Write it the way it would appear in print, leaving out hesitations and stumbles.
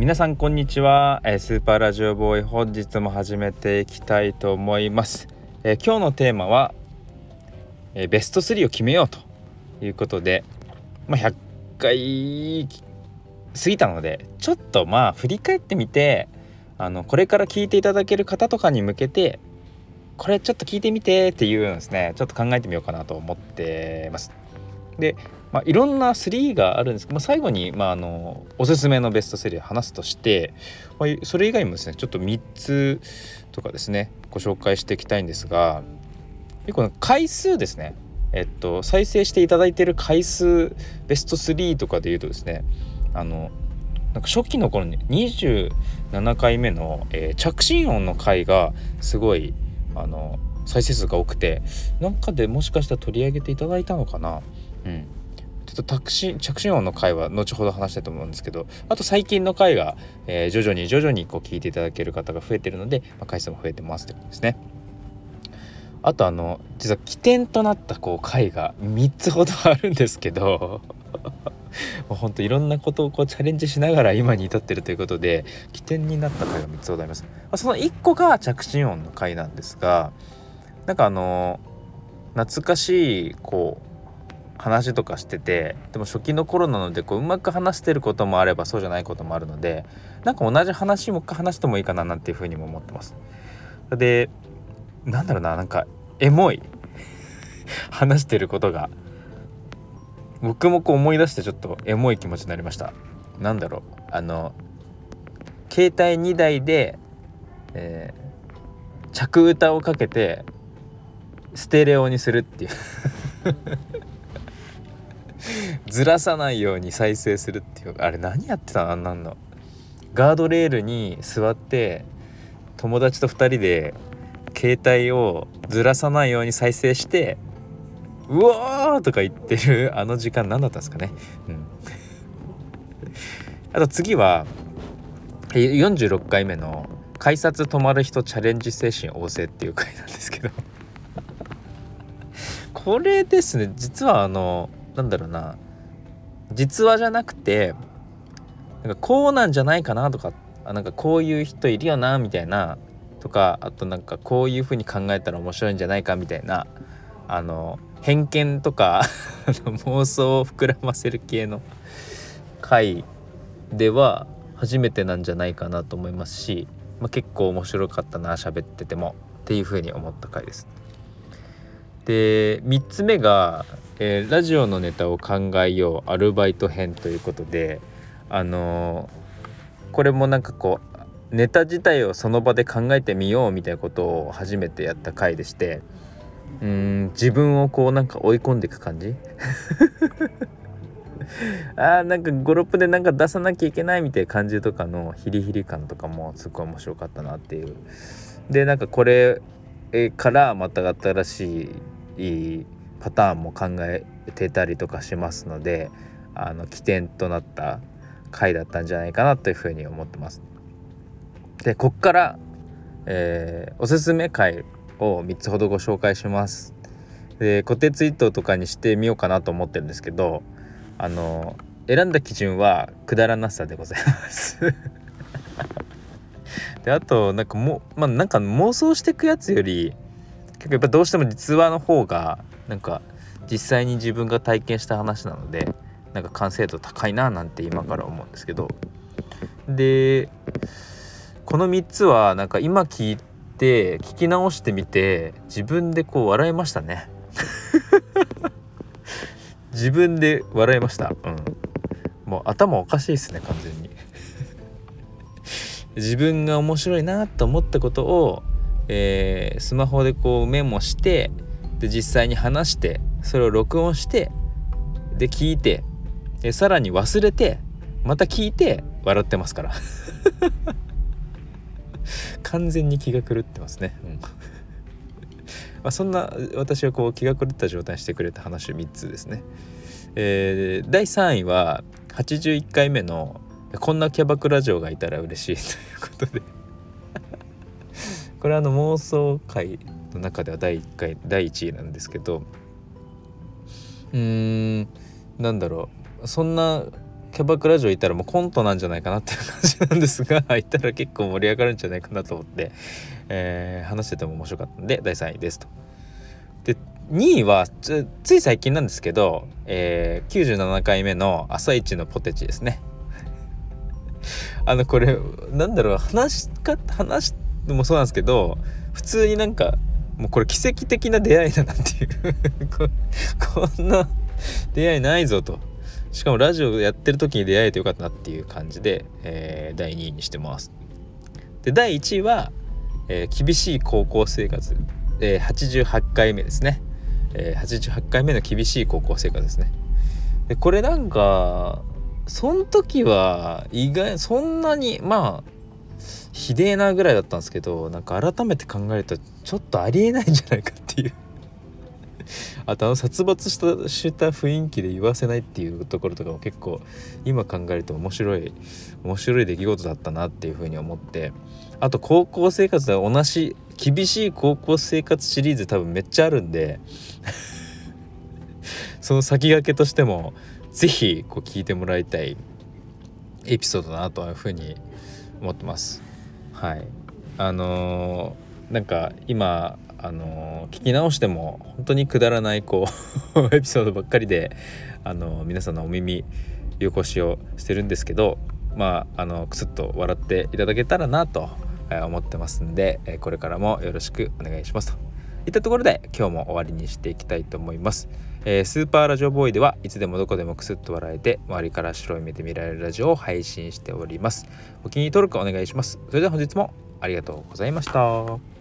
皆さんこんにちは、スーパーラジオボーイ、本日も始めていきたいと思います。今日のテーマは、ベスト3を決めようということで、100回過ぎたのでちょっと振り返ってみて、これから聞いていただける方とかに向けて、これちょっと聞いてみてっていうのですね、ちょっと考えてみようかなと思ってます。で、いろんな3があるんですけど、最後に、おすすめのベスト3を話すとして、それ以外もですね、ちょっと3つとかですねご紹介していきたいんですが、結構回数ですね、再生していただいている回数ベスト3とかでいうとですね、なんか初期の頃に27回目の、着信音の回がすごい再生数が多くて、なんかでもしかしたら取り上げていただいたのかな。ちょっと着信音の回は後ほど話したいと思うんですけど、あと最近の回が、徐々にこう聞いていただける方が増えてるので、回数も増えてますということですね。あと実は起点となった回が3つほどあるんですけどもうほんといろんなことをチャレンジしながら今に至ってるということで、起点になった回が3つございます。その1個が着信音の回なんですが、なんか懐かしい話とかしてて、でも初期の頃なのでうまく話してることもあればそうじゃないこともあるので、なんか同じ話もう一回話してもいいかななんていうふうにも思ってます。で、なんかエモい話してることが僕も思い出してちょっとエモい気持ちになりました。携帯2台で、着歌をかけてステレオにするっていうずらさないように再生するっていう、あれ何やってたの、ガードレールに座って友達と2人で携帯をずらさないように再生して、うおーとか言ってるあの時間何だったんですかね。あと次は46回目の改札止まる人チャレンジ精神旺盛っていう回なんですけどこれですね、実は実話じゃなくて、なんかこうなんじゃないかなとか、なんかこういう人いるよなみたいなとか、あとなんかこういう風に考えたら面白いんじゃないかみたいな偏見とか妄想を膨らませる系の回では初めてなんじゃないかなと思いますし、結構面白かったな喋っててもっていう風に思った回です。で3つ目が、ラジオのネタを考えようアルバイト編ということで、これもなんかネタ自体をその場で考えてみようみたいなことを初めてやった回でして、自分をなんか追い込んでいく感じなんか5、6分でなんか出さなきゃいけないみたいな感じとかのヒリヒリ感とかもすごい面白かったなっていう。でなんかこれからまた新しいパターンも考えてたりとかしますので、起点となった回だったんじゃないかなというふうに思ってます。でこっから、おすすめ回を3つほどご紹介します。で固定ツイートとかにしてみようかなと思ってるんですけど、選んだ基準はくだらなさでございますであとなんかなんか妄想していくやつより結構やっぱどうしても実話の方がなんか実際に自分が体験した話なので、なんか完成度高いななんて今から思うんですけど、でこの3つはなんか今聞き直してみて自分で笑いましたね自分で笑いました。もう頭おかしいですね完全に自分が面白いなと思ったことを、スマホでメモして、で実際に話して、それを録音して、で聞いて、さらに忘れてまた聞いて笑ってますから完全に気が狂ってますね。そんな私は気が狂った状態にしてくれた話3つですね。第3位は81回目のこんなキャバクラ嬢がいたら嬉しいということでこれ妄想回の中では第1位なんですけど、そんなキャバクラ嬢いたらもうコントなんじゃないかなっていう感じなんですがいたら結構盛り上がるんじゃないかなと思って、話してても面白かったんで第3位ですと。で2位はつい最近なんですけど、97回目の朝一のポテチですね。これなんだろう、話もそうなんですけど、普通になんかもうこれ奇跡的な出会いだなっていうこんな出会いないぞと。しかもラジオやってる時に出会えてよかったなっていう感じで、第2位にしてます。で第1位は、厳しい高校生活、88回目ですね、88回目の厳しい高校生活ですね。でこれなんかその時は意外そんなにまあひでえなぐらいだったんですけど、なんか改めて考えるとちょっとありえないんじゃないかっていうあと殺伐した雰囲気で言わせないっていうところとかも結構今考えると面白い出来事だったなっていうふうに思って、あと高校生活で同じ厳しい高校生活シリーズ多分めっちゃあるんでその先駆けとしてもぜひこう聞いてもらいたいエピソードだなというふうに思ってます。はい、なんか今聞き直しても本当にくだらないこうエピソードばっかりで皆さんのお耳汚しをしてるんですけど、くすっと笑っていただけたらなと思ってますんで、これからもよろしくお願いしますといったところで今日も終わりにしていきたいと思います。スーパーラジオボーイではいつでもどこでもくすっと笑えて周りから白い目で見られるラジオを配信しております。お気に入り登録お願いします。それでは本日もありがとうございました。